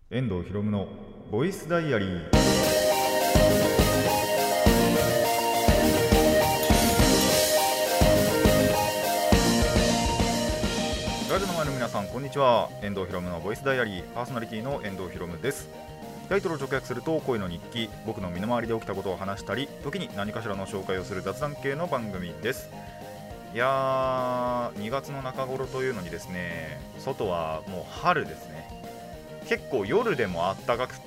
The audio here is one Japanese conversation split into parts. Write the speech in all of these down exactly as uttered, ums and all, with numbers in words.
遠藤ひろむのボイスダイアリー。ラジオの前の皆さんこんにちは。遠藤ひろむのボイスダイアリーパーソナリティの遠藤ひろむです。タイトルを直訳すると恋の日記、僕の身の回りで起きたことを話したり、時に何かしらの紹介をする雑談系の番組です。いやー、にがつの中頃というのにですね、外はもう春ですね。結構夜でもあったかくって、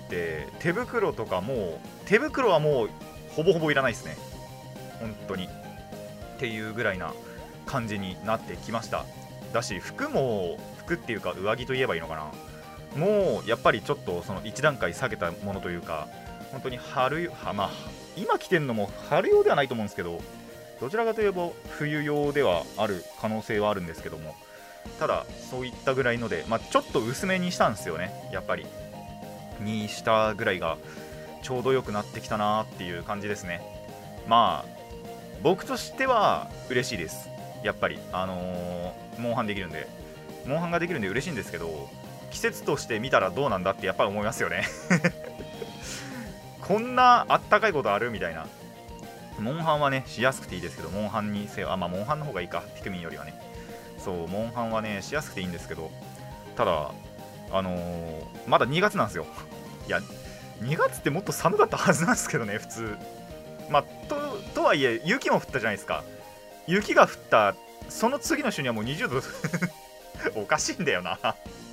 手袋とかも手袋はもうほぼほぼいらないですね、本当にっていうぐらいな感じになってきました。だし服も服っていうか上着といえばいいのかな、もうやっぱりちょっとその一段階下げたものというか、本当に春はまあ今着てるのも春用ではないと思うんですけど、どちらかといえば冬用ではある可能性はあるんですけども、ただそういったぐらいので、まあ、ちょっと薄めにしたんですよね。やっぱりにしたぐらいがちょうど良くなってきたなっていう感じですね。まあ僕としては嬉しいです。やっぱりあのー、モンハンできるんでモンハンができるんで嬉しいんですけど、季節として見たらどうなんだってやっぱり思いますよねこんなあったかいことあるみたいな。モンハンはねしやすくていいですけど、モンハンにせよ、あまあモンハンの方がいいか、ピクミンよりはね。そうモンハンはねしやすくていいんですけど、ただあのー、まだにがつなんですよいやにがつってもっと寒かったはずなんですけどね、普通。まあととはいえ雪も降ったじゃないですか。雪が降ったその次の週にはもうにじゅうどおかしいんだよな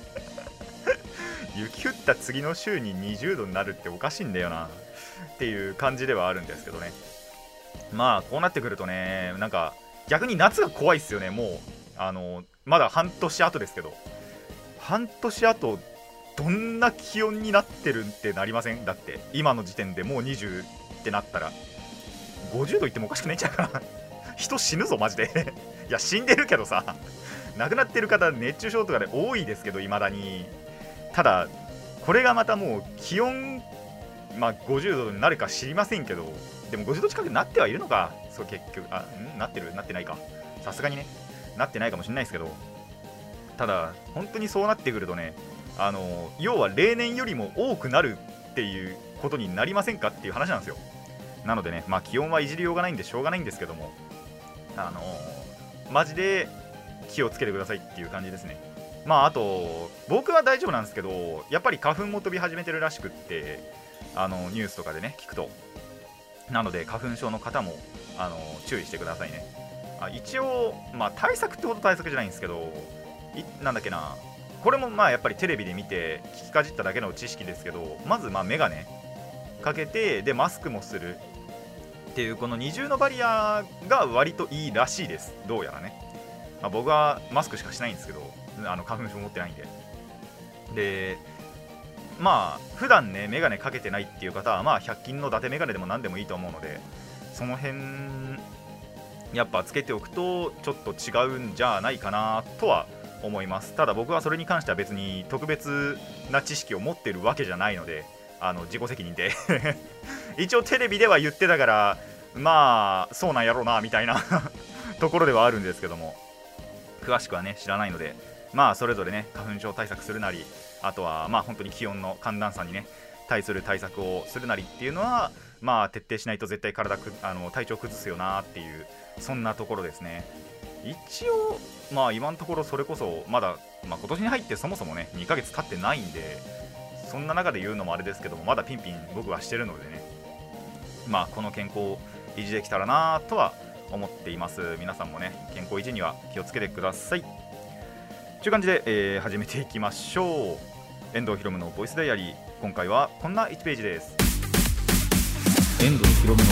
雪降った次の週ににじゅうどになるっておかしいんだよなっていう感じではあるんですけどね。まあこうなってくるとね、なんか逆に夏が怖いっすよね。もうあのまだ半年後ですけど、半年後どんな気温になってるってなりません？だって今の時点でもうにじゅうってなったらごじゅうどいってもおかしくないんじゃないかな人死ぬぞマジでいや死んでるけどさ、亡くなってる方熱中症とかで多いですけど、未だに。ただこれがまたもう気温まあごじゅうどになるか知りませんけど、でもごじゅうど近くなってはいるのか。そう結局あんなってるなってないか、さすがにねなってないかもしれないですけど、ただ本当にそうなってくるとね、あの要は例年よりも多くなるっていうことになりませんかっていう話なんですよ。なのでね、まあ気温はいじりようがないんでしょうがないんですけども、あのマジで気をつけてくださいっていう感じですね。まああと僕は大丈夫なんですけど、やっぱり花粉も飛び始めてるらしくって、あのニュースとかでね聞くと。なので花粉症の方もあの注意してくださいね。あ一応まあ対策ってほど対策じゃないんですけど、いなんだっけな、これもまあやっぱりテレビで見て聞きかじっただけの知識ですけど、まずまあメガネかけて、でマスクもするっていうこの二重のバリアが割といいらしいです、どうやらね。まあ、僕はマスクしかしないんですけど、あの花粉症持ってないんで。でまあ普段ねメガネかけてないっていう方はまあひゃく均の伊達メガネでも何でもいいと思うので、その辺やっぱつけておくとちょっと違うんじゃないかなとは思います。ただ僕はそれに関しては別に特別な知識を持ってるわけじゃないので、あの自己責任で一応テレビでは言ってたから、まあそうなんやろうなみたいなところではあるんですけども、詳しくはね知らないので、まあそれぞれね花粉症対策するなり、あとはまあ本当に気温の寒暖差にね対する対策をするなりっていうのはまあ徹底しないと絶対体くあの体調崩すよなっていう、そんなところですね。一応まあ今のところそれこそまだ、まあ、今年に入ってそもそもねにかげつ経ってないんで、そんな中で言うのもあれですけども、まだピンピン僕はしてるのでね、まあこの健康を維持できたらなとは思っています。皆さんもね健康維持には気をつけてくださいという感じで、えー、始めていきましょう。遠藤ひろむのボイスダイアリー、今回はこんないちページです。遠藤ひろむの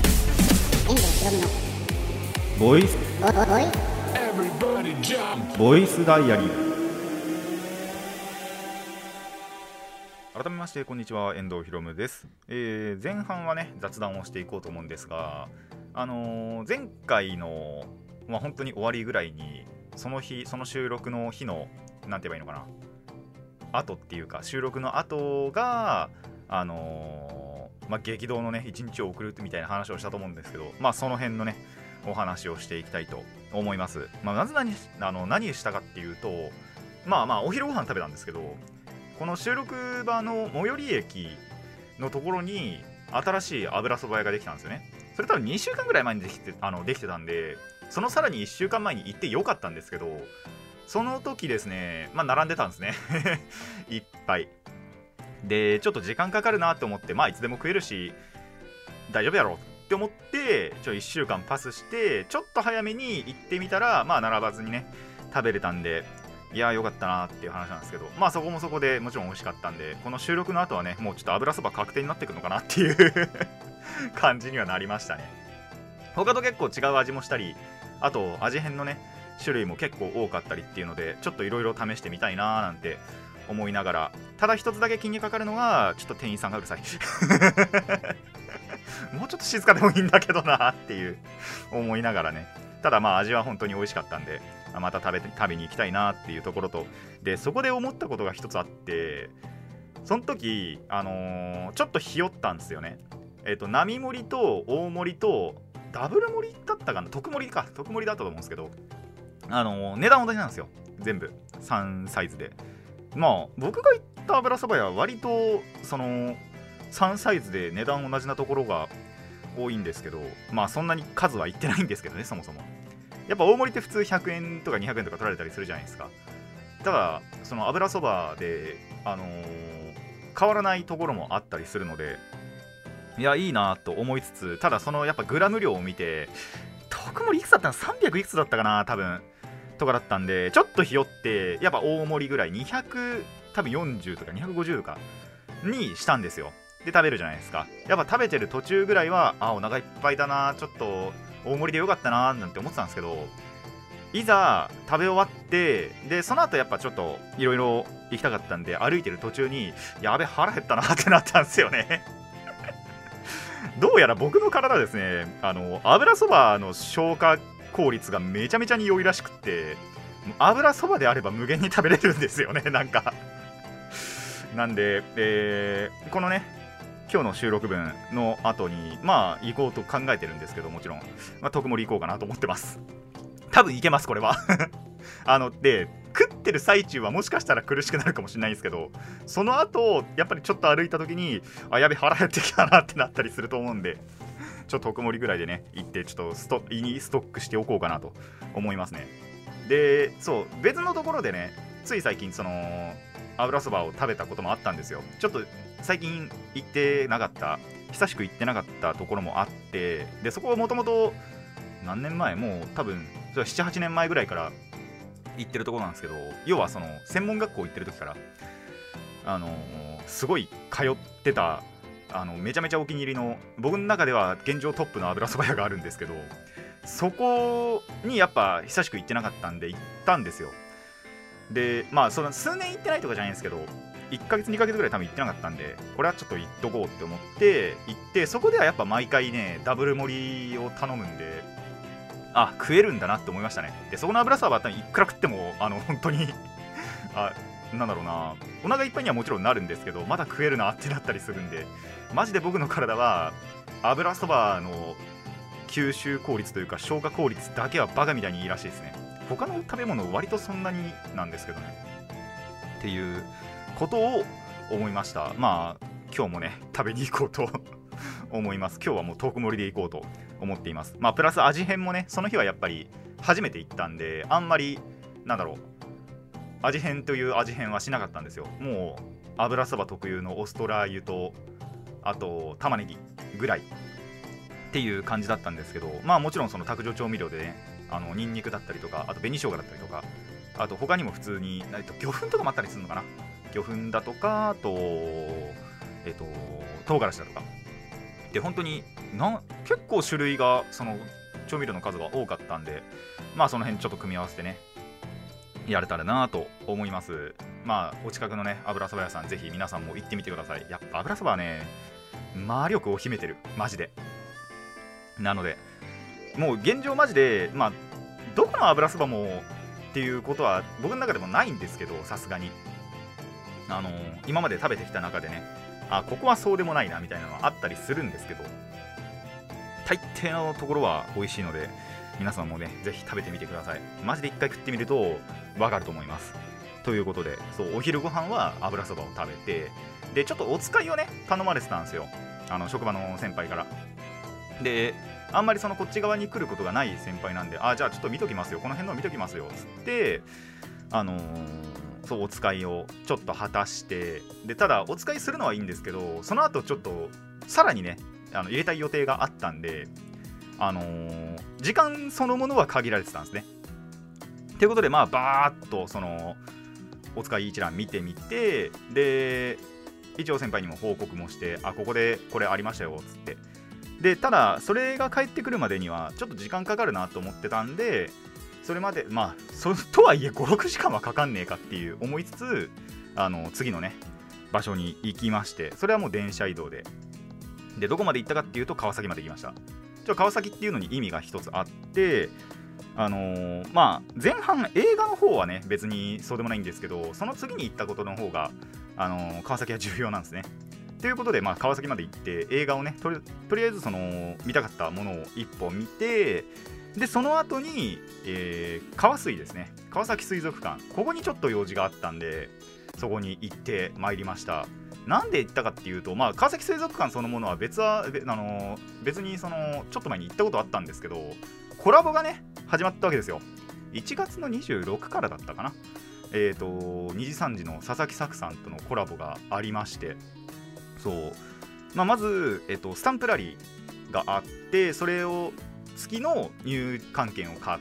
ボイスボイスダイアリー。改めましてこんにちは、遠藤ひろむです。えー、前半はね雑談をしていこうと思うんですが、あのー、前回の、まあ、本当に終わりぐらいにその日その収録の日のなんて言えばいいのかな、後っていうか収録の後があのー、まあ、激動のね一日を送るみたいな話をしたと思うんですけど、まあその辺のねお話をしていきたいと思います。まあ、なぜ何あの何したかっていうと、まあまあお昼ご飯食べたんですけど、 この収録場の最寄り駅のところに新しい油そば屋ができたんですよね。それ多分にしゅうかんぐらい前にできて、あのできてたんで、そのさらにいっしゅうかんまえに行ってよかったんですけど、その時ですね、まあ並んでたんですねいっぱいで、ちょっと時間かかるなって思って、まあいつでも食えるし大丈夫やろって思って、ちょいっしゅうかんパスしてちょっと早めに行ってみたら、まあ並ばずにね食べれたんで、いやーよかったなーっていう話なんですけど、まあそこもそこでもちろん美味しかったんで、この収録の後はねもうちょっと油そば確定になってくるのかなっていう感じにはなりましたね。他と結構違う味もしたり、あと味変のね種類も結構多かったりっていうので、ちょっといろいろ試してみたいなーなんて思いながら、ただ一つだけ気にかかるのがちょっと店員さんがうるさいもうちょっと静かでもいいんだけどなーっていう思いながらね、ただまあ味は本当に美味しかったんで、また食べて食べに行きたいなっていうところと、でそこで思ったことが一つあって、その時あのー、ちょっとひよったんですよね。えっ、ー、と並盛りと大盛りとダブル盛りだったかな、特盛りか特盛りだったと思うんですけど、あのー、値段同じなんですよ、全部さんサイズで。まあ僕が行った油そば屋は割とそのさんサイズで値段同じなところが多いんですけど、まあそんなに数は行ってないんですけどね、そもそもやっぱ大盛りって普通ひゃくえんとかにひゃくえんとか取られたりするじゃないですか。ただその油そばで、あのー、変わらないところもあったりするので、いやいいなと思いつつ、ただそのやっぱグラム量を見て、特盛りいくつだったの、さんびゃくいくつだったかな多分とかだったんで、ちょっとひよってやっぱ大盛りぐらいにひゃく多分よんじゅうとかにひゃくごじゅうとかにしたんですよ。で食べるじゃないですか。やっぱ食べてる途中ぐらいは、あお腹いっぱいだな、ちょっと大盛りでよかったななんて思ってたんですけど、いざ食べ終わってでその後やっぱちょっといろいろ行きたかったんで、歩いてる途中にやべ腹減ったなってなったんですよねどうやら僕の体ですね、あの油そばの消化効率がめちゃめちゃに良いらしくって、油そばであれば無限に食べれるんですよねなんかなんで、えー、このね今日の収録分の後にまあ行こうと考えてるんですけど、もちろん、まあ、特盛り行こうかなと思ってます。多分行けますこれはあので食ってる最中はもしかしたら苦しくなるかもしれないんですけど、その後やっぱりちょっと歩いた時に、あやべ腹減ってきたなってなったりすると思うんで、ちょっと特盛りぐらいでね行ってちょっとスト胃にストックしておこうかなと思いますね。でそう別のところでね、つい最近その油そばを食べたこともあったんですよ。ちょっと最近行ってなかった久しく行ってなかったところもあって、でそこはもともと何年前、もう多分それはななはちねんまえぐらいから行ってるところなんですけど、要はその専門学校行ってる時からあのー、すごい通ってた、あのめちゃめちゃお気に入りの、僕の中では現状トップの油そば屋があるんですけど、そこにやっぱ久しく行ってなかったんで行ったんですよ。でまあその数年行ってないとかじゃないんですけど、いっかげつにかげつぐらい多分行ってなかったんで、これはちょっと行っとこうって思って行って、そこではやっぱ毎回ねダブル盛りを頼むんで、あ食えるんだなって思いましたね。でそこの油そばはいくら食ってもあの本当にあなんだろうな、お腹いっぱいにはもちろんなるんですけど、まだ食えるなってなったりするんで、マジで僕の体は油そばの吸収効率というか消化効率だけはバカみたいにいいらしいですね。他の食べ物割とそんなになんですけどねっていうことを思いました。まあ今日もね食べに行こうと思います。今日はもう特盛りで行こうと思っています。まあプラス味変もね、その日はやっぱり初めて行ったんで、あんまりなんだろう味変という味変はしなかったんですよ。もう油そば特有のオストラー油とあと玉ねぎぐらいっていう感じだったんですけど、まあもちろんその卓上調味料でね、あのニンニクだったりとか、あと紅生姜だったりとか、あと他にも普通に魚粉とかもあったりするのかな、魚粉だとか、あとえっと唐辛子だとかで、本当にな結構種類がその調味料の数が多かったんで、まあその辺ちょっと組み合わせてねやれたらなと思います。まあお近くのね油そば屋さんぜひ皆さんも行ってみてください。やっぱ油そばはね魔力を秘めてるマジで。なのでもう現状マジで、まあどこの油そばもっていうことは僕の中でもないんですけど、さすがにあのー、今まで食べてきた中でね、あここはそうでもないなみたいなのはあったりするんですけど、大抵のところは美味しいので皆さんもねぜひ食べてみてください。マジで一回食ってみるとわかると思います。 ということで、そうお昼ご飯は油そばを食べて、でちょっとお使いをね頼まれてたんですよ、あの職場の先輩から。であんまりそのこっち側に来ることがない先輩なんで、あじゃあちょっと見ときますよ、この辺の見ときますよっつって、あのー、そうお使いをちょっと果たして、でただお使いするのはいいんですけど、その後ちょっとさらにねあの入れたい予定があったんで、あのー、時間そのものは限られてたんですね。ということで、まあバーッとそのお使い一覧見てみて、で一応先輩にも報告もして、あここでこれありましたよっつって、でただそれが返ってくるまでにはちょっと時間かかるなと思ってたんで、それまでまあそとはいえごろくじかんはかかんねえかっていう思いつつ、あの次のね場所に行きまして、それはもう電車移動で、でどこまで行ったかっていうと川崎まで行きました。ちょ川崎っていうのに意味が一つあって、あのー、まあ前半映画の方はね別にそうでもないんですけど、その次に行ったことの方が、あのー、川崎は重要なんですね。ということで、まあ、川崎まで行って映画をね とり、とりあえずその見たかったものを一本見て、でその後に、えー、川水ですね、川崎水族館、ここにちょっと用事があったんでそこに行ってまいりました。なんで行ったかっていうと、まあ、川崎水族館そのものは別はあの別にそのちょっと前に行ったことあったんですけど、コラボがね始まったわけですよ。いちがつのにじゅうろくからだったかな。えっ、ー、とにじさんじの佐々木咲さんとのコラボがありまして、そう、まあ、まず、えっ、ー、とスタンプラリーがあって、それを月の入館券を買って、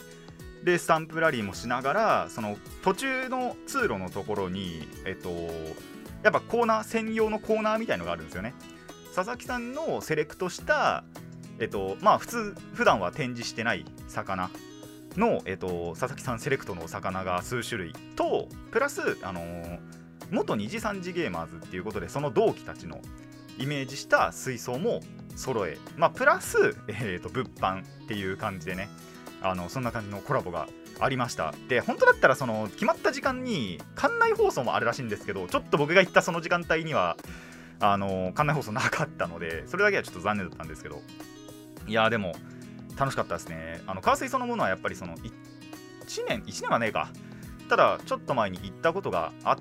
でスタンプラリーもしながら、その途中の通路のところにえっ、ー、とやっぱコーナー専用のコーナーみたいのがあるんですよね。佐々木さんのセレクトしたえっとまあ普通普段は展示してない魚の、えっと、佐々木さんセレクトのお魚が数種類と、プラス、あのー、元二次三次ゲーマーズっていうことでその同期たちのイメージした水槽も揃え、まあ、プラス、えー、と物販っていう感じでね、あのそんな感じのコラボがありました。で本当だったらその決まった時間に館内放送もあるらしいんですけど、ちょっと僕が行ったその時間帯にはあの館内放送なかったので、それだけはちょっと残念だったんですけど、いやーでも楽しかったですね。あの川水そのものはやっぱりそのいちねんいちねんはねえか、ただちょっと前に行ったことがあって、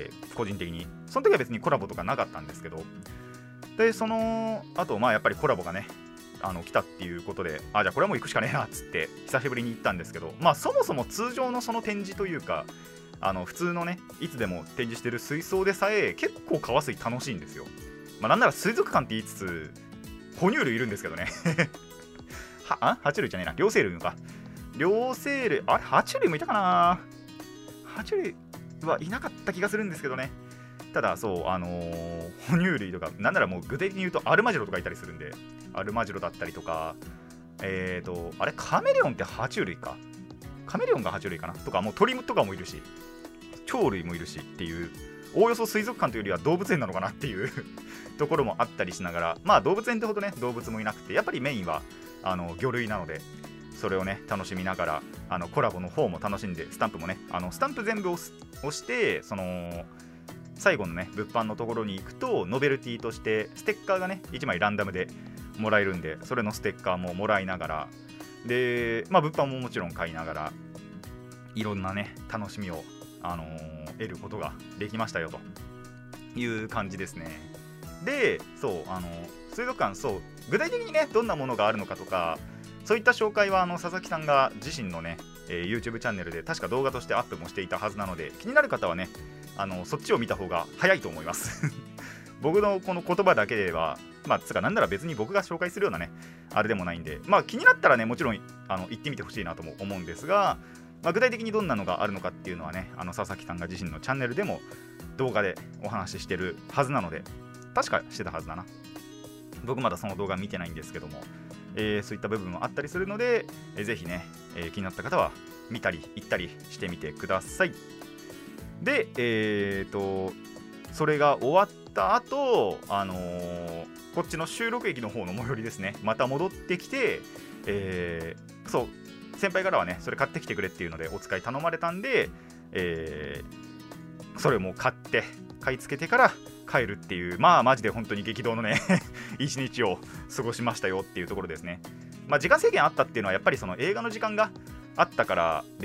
個人的にその時は別にコラボとかなかったんですけど、でそのあとまあやっぱりコラボがねあの来たっていうことで、あじゃあこれはもう行くしかねえなっつって久しぶりに行ったんですけど、まあそもそも通常のその展示というか、あの普通のねいつでも展示してる水槽でさえ結構川水楽しいんですよ。まあなんなら水族館って言いつつ哺乳類いるんですけどねはあ爬虫類じゃねえな、両生類か、両生類、あれ爬虫類もいたかな、爬虫類はいなかった気がするんですけどね。ただそうあのー、哺乳類とか、なんならもう具体的に言うとアルマジロとかいたりするんで、アルマジロだったりとか、えーとあれカメレオンって爬虫類か、カメレオンが爬虫類かなとか、もう鳥とかもいるし鳥類もいるしっていう、おおよそ水族館というよりは動物園なのかなっていうところもあったりしながら、まあ動物園ってほどね動物もいなくて、やっぱりメインはあの魚類なので、それをね楽しみながら、あのコラボの方も楽しんで、スタンプもねあのスタンプ全部押して、その最後のね物販のところに行くとノベルティとしてステッカーがねいちまいランダムでもらえるんで、それのステッカーももらいながら、でまあ物販ももちろん買いながら、いろんなね楽しみを、あのー、得ることができましたよという感じですね。でそうあの水族館、そう具体的にねどんなものがあるのかとか、そういった紹介はあの佐々木さんが自身のね、えー、YouTube チャンネルで確か動画としてアップもしていたはずなので、気になる方はねあのそっちを見た方が早いと思います僕のこの言葉だけでは、まあつかなんなら別に僕が紹介するようなねあれでもないんで、まあ気になったらねもちろんあの行ってみてほしいなとも思うんですが、まあ、具体的にどんなのがあるのかっていうのはね、あの佐々木さんが自身のチャンネルでも動画でお話ししてるはずなので、確かしてたはずだな、僕まだその動画見てないんですけども、えー、そういった部分もあったりするので、えー、ぜひね、えー、気になった方は見たり行ったりしてみてください。でえーとそれが終わった後、あのー、こっちの収録駅の方の最寄りですね、また戻ってきて、えー、そう先輩からはねそれ買ってきてくれっていうのでお使い頼まれたんで、えー、それも買って買い付けてから帰るっていう、まあマジで本当に激動のね一日を過ごしましたよっていうところですね。まあ時間制限あったっていうのはやっぱりその映画の時間があったからであっ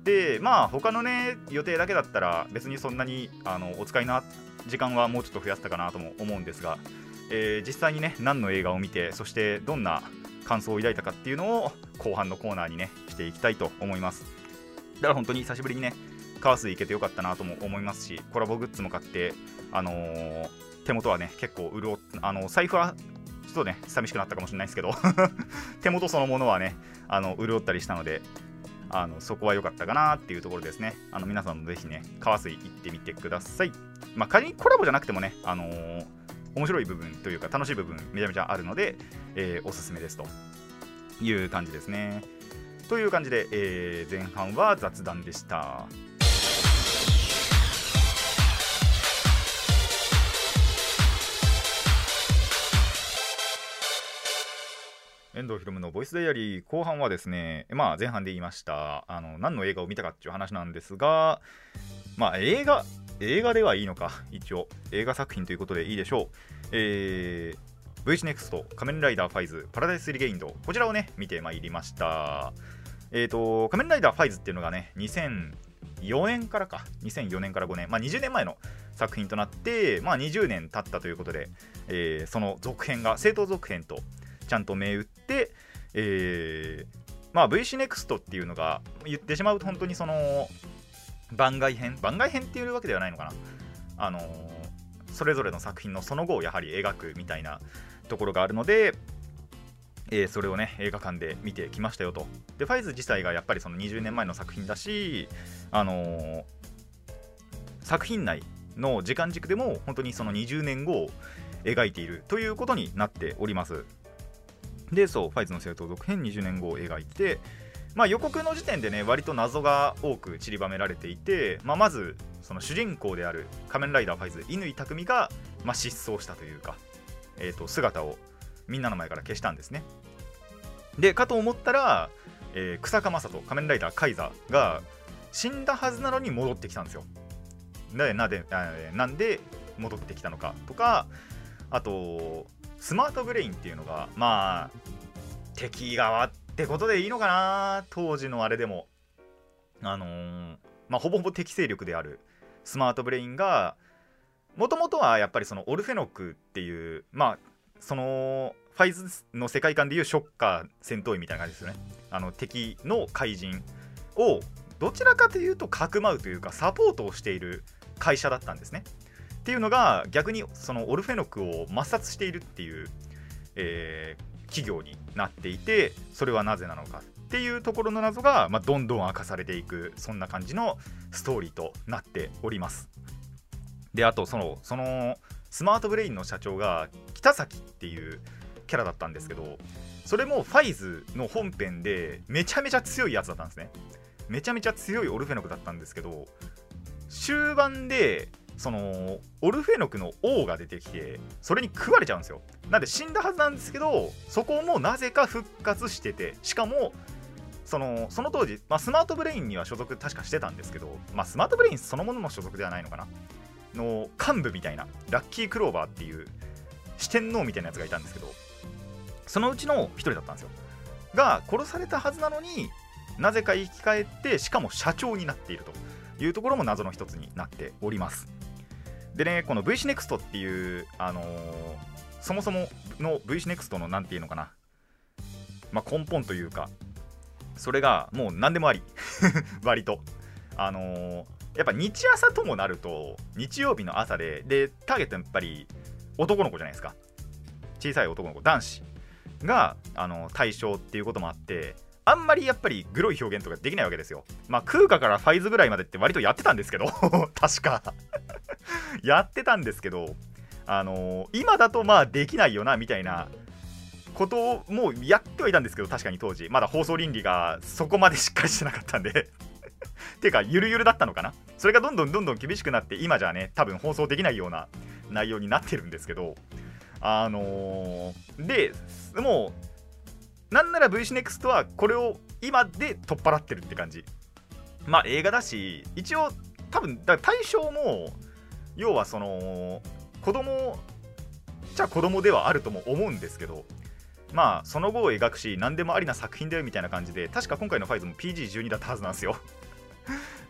でまあ他のね予定だけだったら別にそんなにあのお使いな時間はもうちょっと増やせたかなとも思うんですが、えー、実際にね何の映画を見て、そしてどんな感想を抱いたかっていうのを後半のコーナーにねしていきたいと思います。だから本当に久しぶりにね川水行けてよかったなとも思いますし、コラボグッズも買って、あのー、手元はね結構潤っあの財布はちょっとね寂しくなったかもしれないですけど手元そのものはねあの潤ったりしたので、あのそこは良かったかなっていうところですね。あの皆さんもぜひね川水行ってみてください。まあ仮にコラボじゃなくてもね、あのー、面白い部分というか楽しい部分めちゃめちゃあるので、えー、おすすめですという感じですね。という感じで、えー、前半は雑談でした。遠藤ひろむのボイスダイアリー後半はですね、まあ前半で言いましたあの何の映画を見たかっていう話なんですが、まあ映画映画ではいいのか、一応映画作品ということでいいでしょう。えー、ブイエイチネクスト 仮面ライダーファイズパラダイスリゲインド、こちらをね見てまいりました。えーと仮面ライダーファイズっていうのがねにせんよねんからかにせんよねんからごねん、まあにじゅうねんまえの作品となって、まあにじゅうねん経ったということで、えー、その続編が正当続編とちゃんと銘打って、えーまあ、ブイシーネクスト っていうのが言ってしまうと本当にその番外編番外編っていうわけではないのかな、あのー、それぞれの作品のその後をやはり描くみたいなところがあるので、えー、それをね映画館で見てきましたよと。でファイズ自体がやっぱりそのにじゅうねんまえの作品だし、あのー、作品内の時間軸でも本当にそのにじゅうねんごを描いているということになっております。でそうファイズの正当続編にじゅうねんごを描いて、まあ、予告の時点でね割と謎が多く散りばめられていて、まあ、まずその主人公である仮面ライダーファイズ乾匠が、まあ、失踪したというか、えーと、姿をみんなの前から消したんですね。でかと思ったら、えー、草加正人仮面ライダーカイザーが死んだはずなのに戻ってきたんですよ。でなでなんで戻ってきたのかとか、あとスマートブレインっていうのがまあ敵側ってことでいいのかな、当時のあれでもあのー、まあほぼほぼ敵勢力であるスマートブレインがもともとはやっぱりそのオルフェノクっていうまあそのファイズの世界観でいうショッカー戦闘員みたいな感じですよね。あの敵の怪人をどちらかというとかくまうというかサポートをしている会社だったんですね。っていうのが逆にそのオルフェノクを抹殺しているっていう、えー、企業になっていて、それはなぜなのかっていうところの謎が、まあ、どんどん明かされていく、そんな感じのストーリーとなっております。であとそのそのスマートブレインの社長が北崎っていうキャラだったんですけど、それもファイズの本編でめちゃめちゃ強いやつだったんですね。めちゃめちゃ強いオルフェノクだったんですけど、終盤でそのオルフェノクの王が出てきてそれに食われちゃうんですよ。なんで死んだはずなんですけど、そこもなぜか復活してて、しかもそのその当時、まあ、スマートブレインには所属確かしてたんですけど、まあ、スマートブレインそのものの所属ではないのかなの幹部みたいなラッキークローバーっていう四天王みたいなやつがいたんですけど、そのうちの一人だったんですよ。が殺されたはずなのになぜか生き返って、しかも社長になっているというところも謎の一つになっております。でね、この ブイシーネクスト っていう、あのー、そもそもの ブイシーネクスト のなんていうのかな、まあ、根本というか、それがもう何でもあり割とあのー、やっぱ日朝ともなると日曜日の朝ででターゲットやっぱり男の子じゃないですか。小さい男の子男子が、あのー、対象っていうこともあって、あんまりやっぱりグロい表現とかできないわけですよ。まあ空火からファイズぐらいまでって割とやってたんですけど確かやってたんですけど、あのー、今だとまあできないよなみたいなことをもうやってはいたんですけど、確かに当時まだ放送倫理がそこまでしっかりしてなかったんでていうかゆるゆるだったのかな。それがどんどんどんどん厳しくなって今じゃね多分放送できないような内容になってるんですけど、あのー、でもうなんなら ブイシーネクスト はこれを今で取っ払ってるって感じ。まあ映画だし一応多分だ対象も要はその子供じゃあ子供ではあるとも思うんですけど、まあその後を描くし何でもありな作品だよみたいな感じで、確か今回のファイズも ピージーじゅうに だったはずなんですよ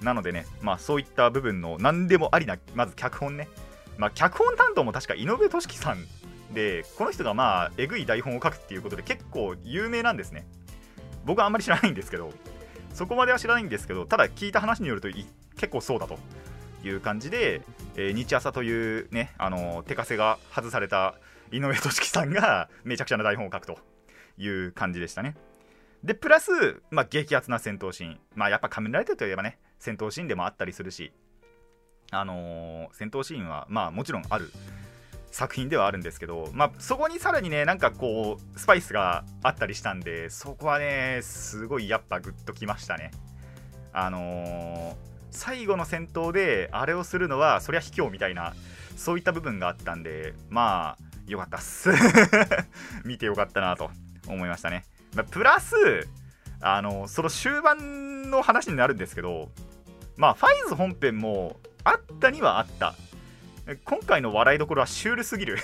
なのでね、まあそういった部分の何でもありな、まず脚本ね、まあ脚本担当も確か井上俊樹さんで、この人がまあえぐい台本を書くっていうことで結構有名なんですね。僕はあんまり知らないんですけど、そこまでは知らないんですけど、ただ聞いた話によると結構そうだという感じで、えー、日朝というね、あのー、手枷が外された井上俊樹さんがめちゃくちゃな台本を書くという感じでしたね。でプラス、まあ、激アツな戦闘シーン、まあやっぱ仮面ライダーといえばね戦闘シーンでもあったりするし、あのー、戦闘シーンはまあもちろんある作品ではあるんですけど、まあそこにさらにねなんかこうスパイスがあったりしたんで、そこはねすごいやっぱグッときましたね。あのー、最後の戦闘であれをするのはそりゃ卑怯みたいな、そういった部分があったんで、まあよかったっす見てよかったなと思いましたね。プラスあのその終盤の話になるんですけど、まあファイズ本編もあったにはあった。今回の笑いどころはシュールすぎる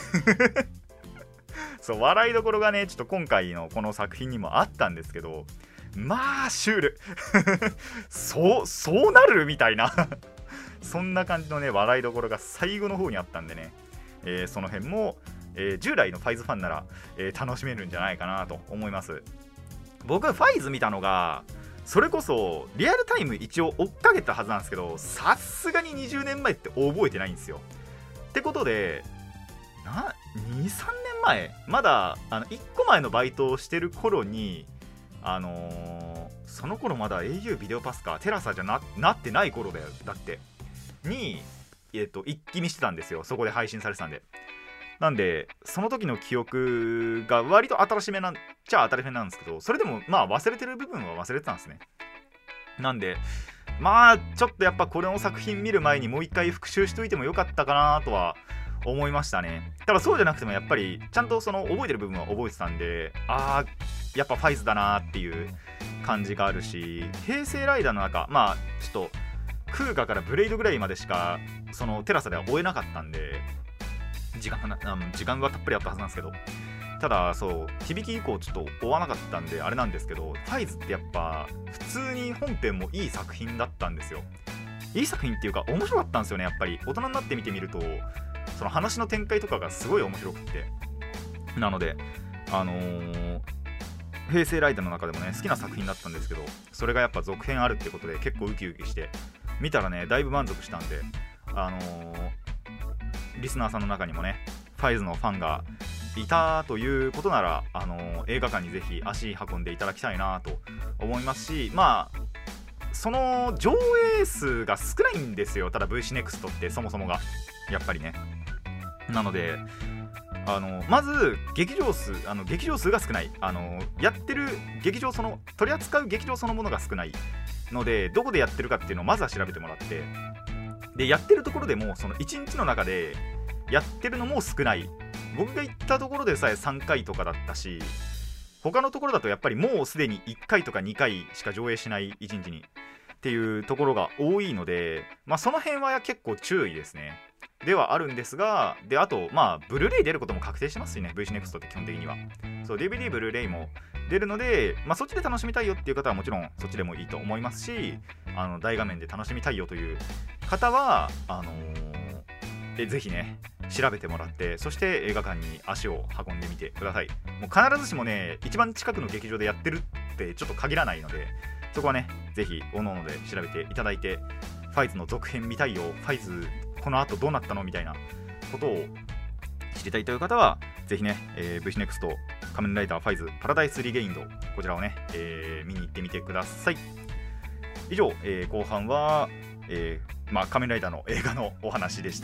そう笑いどころがねちょっと今回のこの作品にもあったんですけど、まあシュールそうそうなるみたいなそんな感じのね笑いどころが最後の方にあったんでね、えー、その辺も、えー、従来のファイズファンなら、えー、楽しめるんじゃないかなと思います。僕ファイズ見たのがそれこそリアルタイム一応追っかけたはずなんですけど、さすがににじゅうねんまえって覚えてないんですよ。ってことでなにさんねんまえ、まだあのいっこまえのバイトをしてる頃に、あのー、その頃まだ エーユー ビデオパスかテラサじゃ な, なってない頃だよだってに、えー、と一気見してたんですよ。そこで配信されてたんで、なんでその時の記憶が割と新しめなんちゃ新しめなんですけど、それでもまあ忘れてる部分は忘れてたんですね。なんでまあちょっとやっぱこれの作品見る前にもう一回復習しといてもよかったかなとは思いましたね。ただそうじゃなくてもやっぱりちゃんとその覚えてる部分は覚えてたんで、あーやっぱファイズだなっていう感じがあるし、平成ライダーの中、まあちょっと空河からブレイドぐらいまでしかそのテラサでは追えなかったんで、時間がな時間はたっぷりあったはずなんですけど、ただそう響き以降ちょっと追わなかったんであれなんですけど、ファイズってやっぱ普通に本編もいい作品だったんですよ。いい作品っていうか面白かったんですよね。やっぱり大人になって見てみるとその話の展開とかがすごい面白くって、なのであのー、平成ライダーの中でもね好きな作品だったんですけど、それがやっぱ続編あるってことで結構ウキウキして見たらねだいぶ満足したんで、あのー、リスナーさんの中にもねファイズのファンがいたということなら、あのー、映画館にぜひ足運んでいただきたいなと思いますし、まあその上映数が少ないんですよ。ただ ブイシーネクストってそもそもがやっぱりね、なのであのまず劇場数あの劇場数が少ない、あのやってる劇場その取り扱う劇場そのものが少ないので、どこでやってるかっていうのをまずは調べてもらって、でやってるところでもそのいちにちの中でやってるのも少ない。僕が行ったところでさえさんかいとかだったし、他のところだとやっぱりもうすでにいっかいとかにかいしか上映しないいちにちにっていうところが多いので、まあその辺は結構注意ですね。ではあるんですが、であとまあブルーレイ出ることも確定してますしね、 ブイシーネクストって基本的にはそう ディーブイディー ブルーレイも出るので、まあそっちで楽しみたいよっていう方はもちろんそっちでもいいと思いますし、あの大画面で楽しみたいよという方はあのー、えぜひね調べてもらって、そして映画館に足を運んでみてください。もう必ずしもね一番近くの劇場でやってるってちょっと限らないので、そこはねぜひおのおので調べていただいて、ファイズの続編見たいよ、ファイズこの後どうなったのみたいなことを知りたいという方はぜひね、えー、ブイシーネクスト仮面ライダーファイズパラダイスリゲインド、こちらをね、えー、見に行ってみてください。以上、えー、後半は、えーまあ、仮面ライダーの映画のお話でした。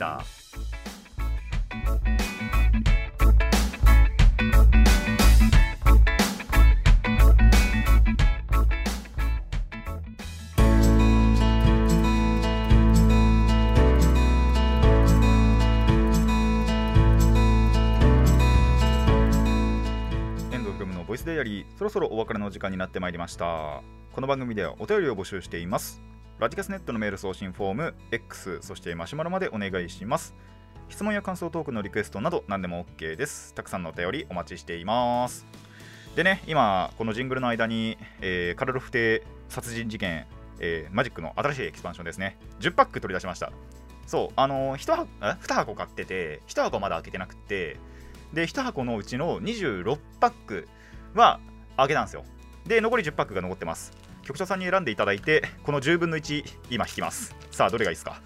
ボイスダイアリー、そろそろお別れの時間になってまいりました。この番組ではお便りを募集しています。ラジカスネットのメール送信フォーム X、 そしてマシュマロまでお願いします。質問や感想トークのリクエストなど何でも OK です。たくさんのお便りお待ちしています。でね、今このジングルの間に、えー、カルロフ邸殺人事件えー、マジックの新しいエキスパンションですね。じゅっパック取り出しました。そうあのー、いち箱えに箱買ってていち箱まだ開けてなくて、でいち箱のうちのにじゅうろくパックは開けたんですよ。で残りじゅっパックが残ってます。局長さんに選んでいただいて、このじゅうぶんのいち今引きます。さあどれがいいですか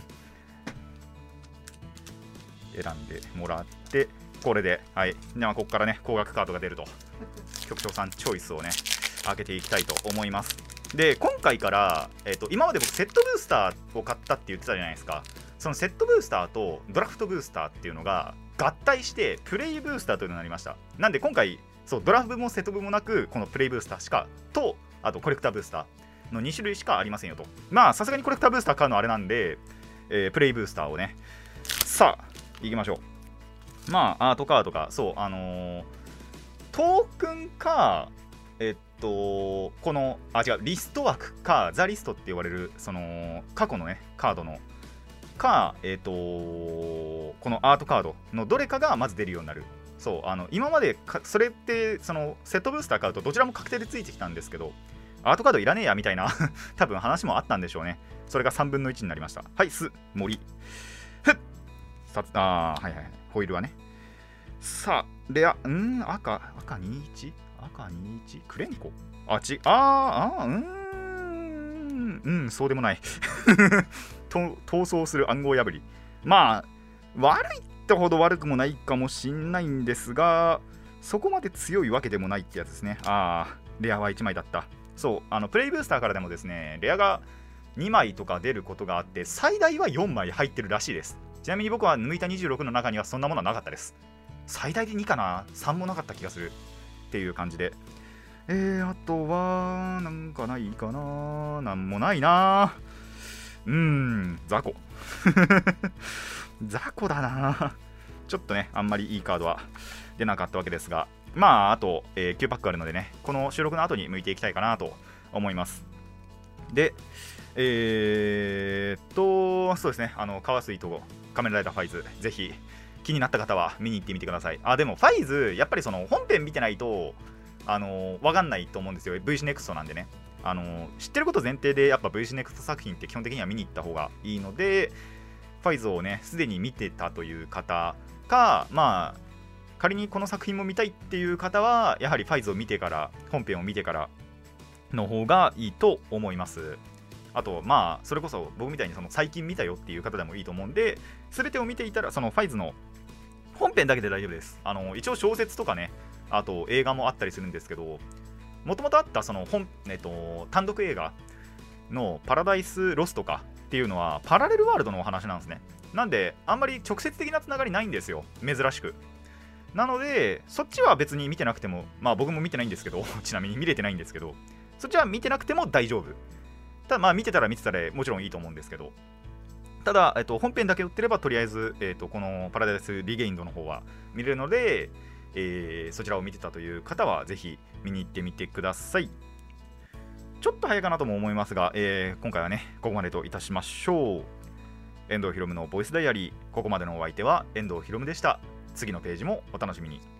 選んでもらって、これで、はい、ではここからね高額カードが出ると、局長さんチョイスをね開けていきたいと思います。で今回から、えー、と今まで僕セットブースターを買ったって言ってたじゃないですか。そのセットブースターとドラフトブースターっていうのが合体してプレイブースターというのになりました。なんで今回そうドラフトもセットブもなく、このプレイブースターしかと、あとコレクターブースターのに種類しかありませんよと。まあさすがにコレクターブースター買うのあれなんで、えー、プレイブースターをね、さあ行きましょう。まあアートカードか、そうあのー、トークンか、えっとこのあ違うリスト枠かザリストって言われるその過去のねカードのか、えっとこのアートカードのどれかがまず出るようになる。そうあの今までかそれってそのセットブースター買うとどちらも確定でついてきたんですけど、アートカードいらねえやみたいな多分話もあったんでしょうね。それがさんぶんのいちになりました。はい、す森ふっさあーはいはいホイールはね。さあレアん赤赤にじゅういち赤にじゅういちクレンコあちあーあーうーんうんそうでもないと逃走する暗号破り。まあ悪いってほど悪くもないかもしんないんですが、そこまで強いわけでもないってやつですね。ああレアはいちまいだった。そうあのプレイブースターからでもですねレアがにまいとか出ることがあって、最大はよんまい入ってるらしいです。ちなみに僕は抜いたにじゅうろくの中にはそんなものはなかったです。最大でにかな、さんもなかった気がするっていう感じで、えー、あとはなんかないかな、なんもないな。うーん雑魚雑魚だな。ちょっとねあんまりいいカードは出なかったわけですが、まああと、えー、きゅうパックあるのでね、この収録の後に向いていきたいかなと思います。でえー、っとそうですね、あのカワスイと仮面ライダーファイズ、ぜひ気になった方は見に行ってみてください。あでもファイズやっぱりその本編見てないとあの分かんないと思うんですよ。 ブイシーネクスト なんでね、あの知ってること前提でやっぱ ブイシーネクスト 作品って基本的には見に行った方がいいので、ファイズをねすでに見てたという方か、まあ仮にこの作品も見たいっていう方はやはりファイズを見てから本編を見てからの方がいいと思います。あとまあそれこそ僕みたいにその最近見たよっていう方でもいいと思うんで、全てを見ていたらそのファイズの本編だけで大丈夫です。あの一応小説とかね、あと映画もあったりするんですけど、もともとあったその本、えっと、単独映画のパラダイスロスとかっていうのはパラレルワールドのお話なんですね。なんであんまり直接的なつながりないんですよ、珍しく。なのでそっちは別に見てなくても、まあ僕も見てないんですけどちなみに見れてないんですけど、そっちは見てなくても大丈夫。ただまあ見てたら見てたらもちろんいいと思うんですけど、ただ、えっと、本編だけ売ってればとりあえず、えっと、このパラダイスリゲインドの方は見れるので、えー、そちらを見てたという方はぜひ見に行ってみてください。ちょっと早いかなとも思いますが、えー、今回はねここまでといたしましょう。遠藤ひろむのボイスダイアリー、ここまでのお相手は遠藤ひろむでした。次のページもお楽しみに。